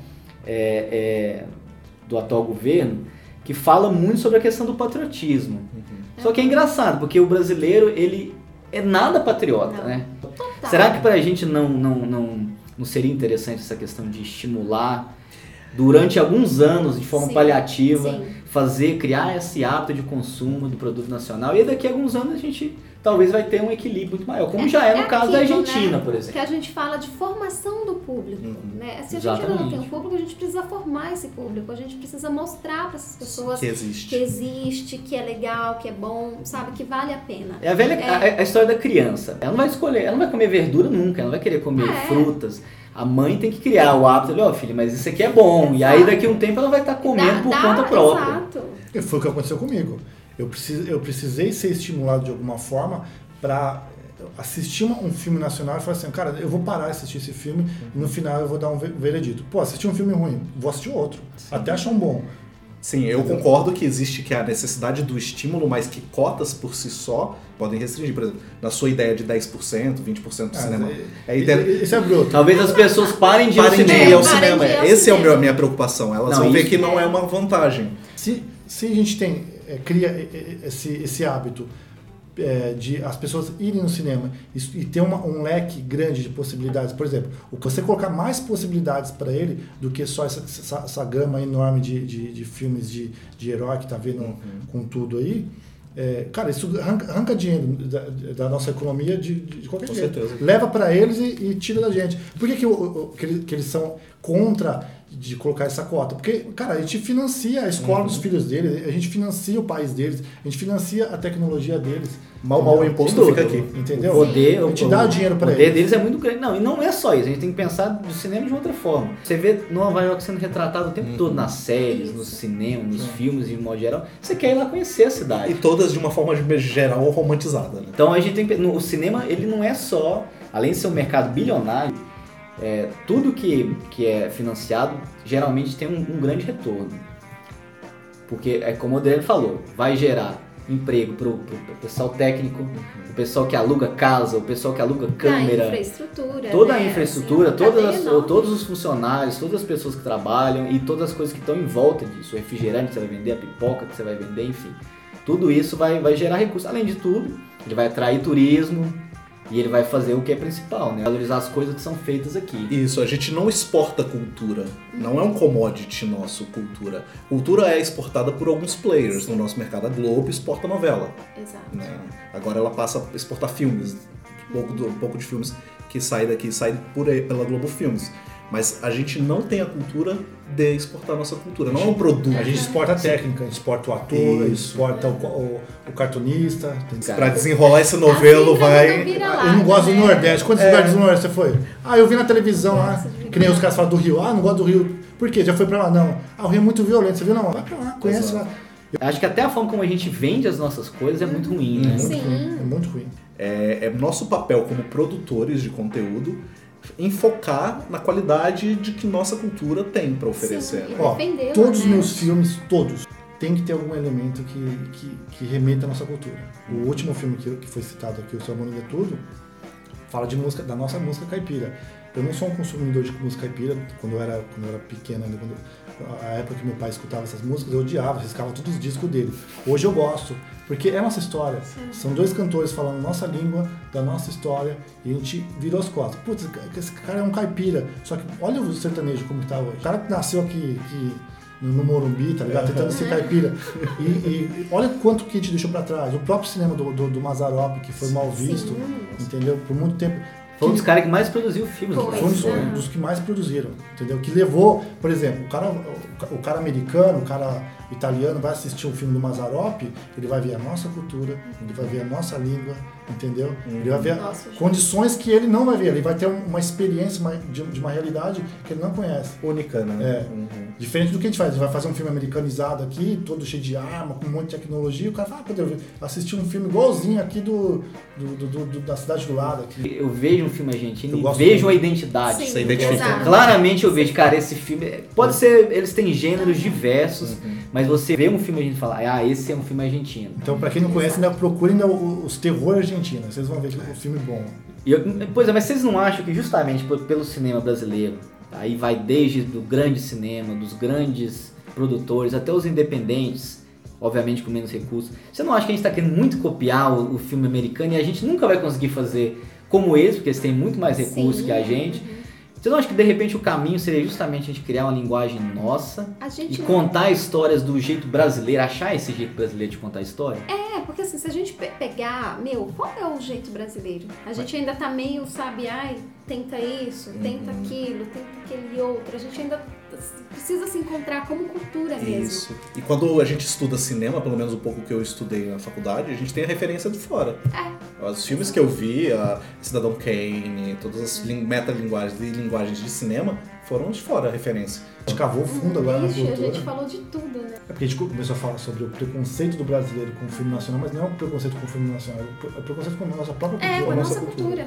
do atual governo que fala muito sobre a questão do patriotismo. Só que é engraçado, porque o brasileiro, ele é nada patriota, né? Total. Será que pra gente não seria interessante essa questão de estimular durante alguns anos, de forma paliativa, criar esse hábito de consumo do produto nacional, e daqui a alguns anos a gente talvez vai ter um equilíbrio muito maior, como já no caso da Argentina, né? por exemplo. Que a gente fala de formação do público, né? Se a gente ainda não tem um público, a gente precisa formar esse público, a gente precisa mostrar para essas pessoas que existe, que é legal, que é bom, sabe, que vale a pena. É a velha a história da criança. Ela não vai escolher, ela não vai comer verdura nunca, ela não vai querer comer frutas. A mãe tem que criar o hábito de, filho, mas isso aqui é bom. Exato. E aí daqui a um tempo ela vai estar comendo por conta própria. Exato. E foi o que aconteceu comigo. Eu precisei ser estimulado de alguma forma para assistir um filme nacional e falar assim, cara, eu vou parar de assistir esse filme e no final eu vou dar um veredito. Pô, assisti um filme ruim, vou assistir outro. Até achar um bom. Sim, eu concordo que existe a necessidade do estímulo, mas que cotas por si só podem restringir. Por exemplo, na sua ideia de 10%, 20% do cinema. Isso é bruto. Talvez as pessoas parem de ir ao cinema. Essa é a minha preocupação. Elas vão ver que não é uma vantagem. Se a gente cria esse hábito de as pessoas irem no cinema e ter um leque grande de possibilidades, por exemplo, você colocar mais possibilidades para ele do que só essa gama enorme de filmes de herói que tá vendo com tudo aí, cara, isso arranca dinheiro da nossa economia de qualquer com jeito. Certeza. Leva para eles e tira da gente. Por que eles são contra de colocar essa cota? Porque, cara, a gente financia a escola dos filhos deles, a gente financia o país deles, a gente financia a tecnologia deles. Mal o imposto fica aqui. Entendeu? O poder, a gente dá dinheiro para eles. O poder deles é muito grande. Não, e não é só isso. A gente tem que pensar do cinema de outra forma. Você vê Nova York sendo retratado o tempo todo nas séries, no cinema, nos filmes, de modo geral. Você quer ir lá conhecer a cidade. E todas de uma forma geral romantizada. Né? Então a gente tem o cinema, ele não é só, além de ser um mercado bilionário, tudo que é financiado geralmente tem um grande retorno. Porque, como o Adriano falou, vai gerar emprego para o pessoal técnico, o pessoal que aluga casa, o pessoal que aluga câmera, toda a infraestrutura, todos os funcionários, todas as pessoas que trabalham e todas as coisas que estão em volta disso, o refrigerante que você vai vender, a pipoca que você vai vender, enfim. Tudo isso vai gerar recursos. Além de tudo, ele vai atrair turismo e ele vai fazer o que é principal, né? Valorizar as coisas que são feitas aqui. Isso, a gente não exporta cultura. Não é um commodity nosso, cultura. Cultura é exportada por alguns players. No nosso mercado, a Globo exporta novela. Exato. Né? Agora ela passa a exportar filmes. Um pouco de filmes que saem daqui, saem pela Globo Filmes. Mas a gente não tem a cultura de exportar a nossa cultura, não é um produto. A gente exporta a técnica, a gente exporta o ator, a gente exporta o cartunista. Pra desenrolar esse novelo vai... Eu não gosto do Nordeste. Quantos lugares do Nordeste você foi? Eu vi na televisão lá, que nem os caras falam do Rio. Não gosto do Rio. Por quê? Já foi pra lá? Não. O Rio é muito violento, você viu? Não, vai pra lá, conhece lá. Acho que até a forma como a gente vende as nossas coisas é muito ruim, né? É muito ruim. É nosso papel como produtores de conteúdo enfocar na qualidade de que nossa cultura tem para oferecer. Todos os meus filmes, todos, tem que ter algum elemento que remeta à nossa cultura. O último filme que foi citado aqui, O Seu Amor é Tudo, fala de música, da nossa música caipira. Eu não sou um consumidor de música caipira. Quando eu era pequeno, a época que meu pai escutava essas músicas, eu odiava, riscava todos os discos dele. Hoje eu gosto, porque é nossa história. São dois cantores falando nossa língua, da nossa história, e a gente virou as costas. Putz, esse cara é um caipira. Só que olha o sertanejo como tá hoje. O cara que nasceu aqui no Morumbi, tá ligado? Tentando ser caipira. E olha quanto que a gente deixou pra trás. O próprio cinema do Mazzaropi, que foi mal visto, entendeu? Por muito tempo. Foi um dos caras que mais produziu filmes. Foi um dos que mais produziram, entendeu? Que levou, por exemplo, o cara americano, o cara italiano vai assistir um filme do Mazzaropi, ele vai ver a nossa cultura, ele vai ver a nossa língua, entendeu? Ele vai ver condições que ele não vai ver, ele vai ter uma experiência de uma realidade que ele não conhece. Única, né? Diferente do que a gente faz. A gente vai fazer um filme americanizado aqui, todo cheio de arma, com um monte de tecnologia, o cara fala, eu assistir um filme igualzinho aqui da cidade do lado. Aqui. Eu vejo um filme argentino e vejo a identidade. Sim, claramente eu vejo, cara, esse filme... Pode ser, eles têm gêneros diversos, mas você vê um filme argentino e fala, esse é um filme argentino. Então, pra quem não conhece, procurem os terror argentinos. Vocês vão ver que é um filme bom. Pois é, mas vocês não acham que justamente pelo cinema brasileiro, aí vai desde o grande cinema, dos grandes produtores, até os independentes, obviamente com menos recursos, você não acha que a gente está querendo muito copiar o filme americano e a gente nunca vai conseguir fazer como eles, porque eles têm muito mais recursos que a gente? Você não acha que de repente o caminho seria justamente a gente criar uma linguagem nossa e contar histórias do jeito brasileiro, achar esse jeito brasileiro de contar história? Porque assim, se a gente pegar, qual é o jeito brasileiro? A gente ainda tá meio, sabe, tenta isso, tenta aquilo, tenta aquele outro. A gente ainda precisa se encontrar como cultura mesmo. Isso. E quando a gente estuda cinema, pelo menos um pouco que eu estudei na faculdade, a gente tem a referência de fora. Os filmes que eu vi, Cidadão Kane, todas as metalinguagens e linguagens de cinema foram de fora a referência. A gente cavou fundo agora na cultura. A gente falou de tudo, né? Porque a gente começou a falar sobre o preconceito do brasileiro com o filme nacional, mas não é um preconceito com o filme nacional, é o preconceito com a nossa própria cultura. Com a nossa cultura.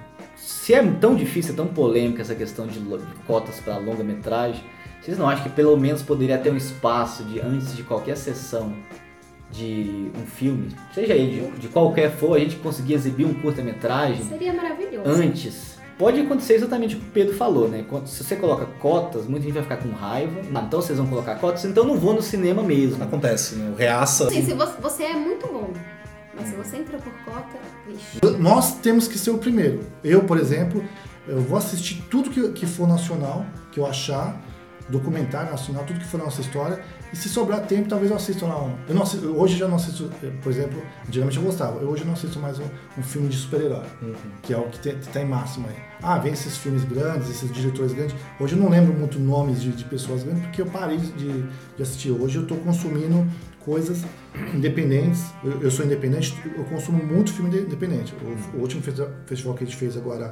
Se é tão difícil, é tão polêmica essa questão de cotas para longa-metragem, vocês não acham que pelo menos poderia ter um espaço antes de qualquer sessão de um filme, seja ele de qualquer for, a gente conseguir exibir um curta-metragem? Seria maravilhoso. Antes. Pode acontecer exatamente o que o Pedro falou, né? Se você coloca cotas, muita gente vai ficar com raiva. Então vocês vão colocar cotas, então eu não vou no cinema mesmo. Acontece, né? O reaça... Sim, se você é muito bom, mas se você entra por cota, vixe. Nós temos que ser o primeiro. Eu, por exemplo, eu vou assistir tudo que for nacional, que eu achar, documentário nacional, tudo que for nossa história, e se sobrar tempo, talvez eu assista lá um. Hoje eu já não assisto, por exemplo, antigamente eu gostava, hoje eu não assisto mais um filme de super-herói, que é o que tá em máximo aí. Vem esses filmes grandes, esses diretores grandes. Hoje eu não lembro muito nomes de pessoas grandes, porque eu parei de assistir. Hoje eu estou consumindo coisas independentes. Eu sou independente, eu consumo muito filme independente. O último festival que a gente fez agora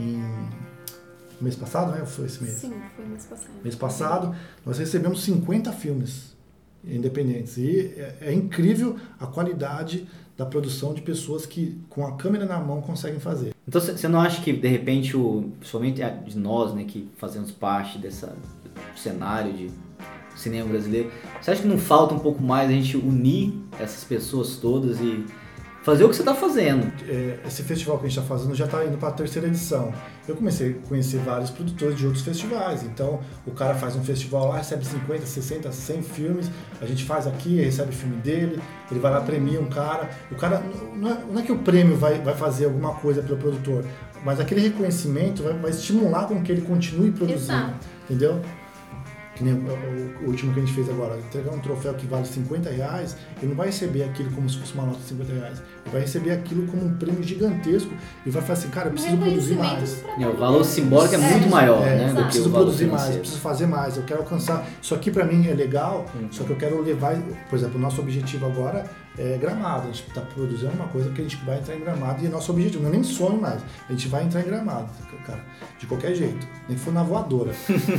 mês passado, né? Foi esse mês? Sim, foi mês passado. Mês passado, nós recebemos 50 filmes independentes. E é incrível a qualidade da produção de pessoas que, com a câmera na mão, conseguem fazer. Então, você não acha que, de repente, principalmente de nós, né, que fazemos parte desse cenário de cinema brasileiro, você acha que não falta um pouco mais a gente unir essas pessoas todas e fazer o que você está fazendo? Esse festival que a gente está fazendo já está indo para a 3ª edição. Eu comecei a conhecer vários produtores de outros festivais. Então, o cara faz um festival lá, recebe 50, 60, 100 filmes. A gente faz aqui, recebe o filme dele. Ele vai lá, premia um cara. O cara, não é que o prêmio vai fazer alguma coisa pelo produtor, mas aquele reconhecimento vai estimular com que ele continue produzindo. Exato. Entendeu? Que nem o último que a gente fez agora, entregar um troféu que vale R$50, ele não vai receber aquilo como se fosse uma nota de R$50. Ele vai receber aquilo como um prêmio gigantesco e vai falar assim, cara, eu preciso produzir mais. O valor simbólico é muito maior, né? Eu preciso produzir mais, eu preciso fazer mais, eu quero alcançar. Isso aqui pra mim é legal, só que eu quero levar, por exemplo, o nosso objetivo agora é Gramado. A gente está produzindo uma coisa que a gente vai entrar em Gramado e é nosso objetivo, não é nem sonho mais. A gente vai entrar em Gramado, cara, de qualquer jeito, nem que for na voadora.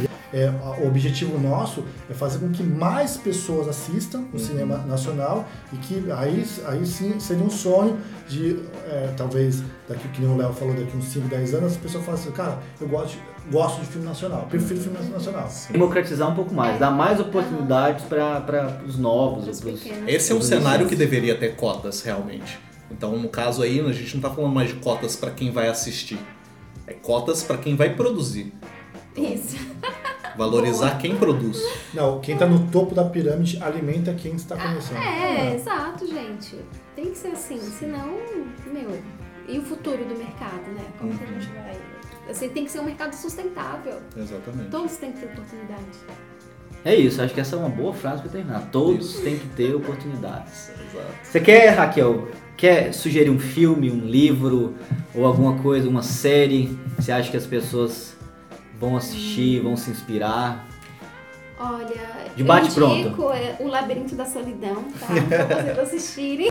O objetivo nosso é fazer com que mais pessoas assistam o cinema nacional e que aí sim seria um sonho de, talvez, daqui que nem o Léo falou, daqui uns 5, 10 anos, as pessoas falam assim, cara, eu gosto de filme nacional, prefiro filme nacional. Democratizar um pouco mais, dar mais oportunidades para os novos. Esse é um cenário que deveria ter cotas, realmente. Então, no caso aí, a gente não está falando mais de cotas para quem vai assistir, é cotas para quem vai produzir. Isso. Valorizar quem produz. Não, quem está no topo da pirâmide alimenta quem está começando. Exato, gente. Tem que ser assim, senão, e o futuro do mercado, né? Como que a gente vai... Assim, tem que ser um mercado sustentável. Exatamente. Todos têm que ter oportunidade. É isso, acho que essa é uma boa frase para terminar. Todos têm que ter oportunidades. Exato. Você quer, Raquel, sugerir um filme, um livro ou alguma coisa, uma série que você acha que as pessoas vão assistir, vão se inspirar? Olha, De bate eu pronto. indico O Labirinto da Solidão, tá? Pra vocês assistirem.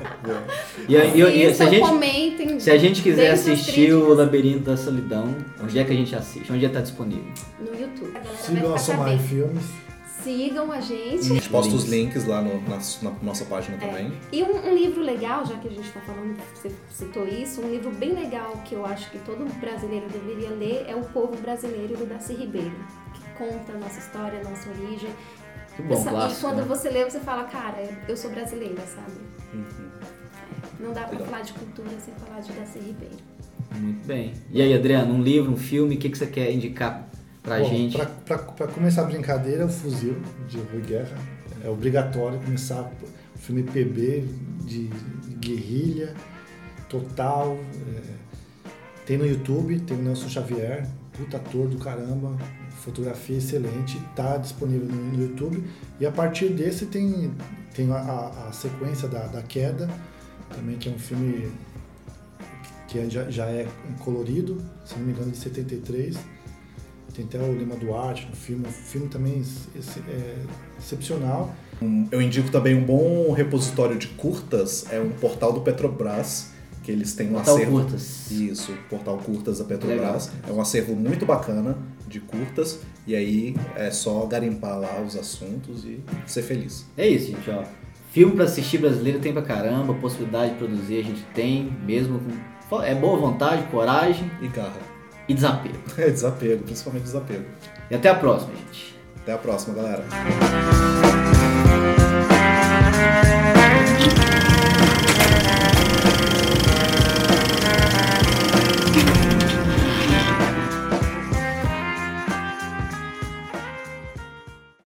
Comentem. Se a gente quiser Deem suas assistir o críticas. Labirinto da Solidão, onde é que a gente assiste? Onde é que tá disponível? No YouTube. A galera Sigam vai a ficar Somai sabendo. Filmes. Sigam a A gente. gente posta os links lá na nossa página também. E um livro legal, já que a gente está falando, você citou isso, um livro bem legal que eu acho que todo brasileiro deveria ler é O Povo Brasileiro, do Darcy Ribeiro, que conta a nossa história, a nossa origem. Que bom, E clássico. quando Né? você lê, você fala, cara, eu sou brasileira, sabe? Uhum. Não dá pra Legal. falar de cultura sem falar de Darcy Ribeiro. Muito bem. E aí, Adriano, um livro, um filme, o que você quer indicar pra Bom, gente? Pra começar a brincadeira, o Fuzil, de Rui Guerra. É obrigatório começar o filme PB de guerrilha, total. Tem no YouTube, tem o Nelson Xavier, puta ator do caramba, fotografia excelente, tá disponível no YouTube. E a partir desse tem a sequência da Queda, também, que é um filme que já é colorido, se não me engano, de 73. Tem até o Lima Duarte no filme. O filme também é excepcional. Eu indico também um bom repositório de curtas, é um portal do Petrobras, que eles têm um Portal acervo. Curtas. Isso, portal Curtas da Petrobras. Legal. É um acervo muito bacana de curtas, e aí é só garimpar lá os assuntos e ser feliz. É isso, gente, ó. Filme pra assistir brasileiro tem pra caramba, possibilidade de produzir a gente tem, mesmo com... É boa vontade, coragem E garra. e desapego. É desapego, principalmente desapego. E até a próxima, gente. Até a próxima, galera.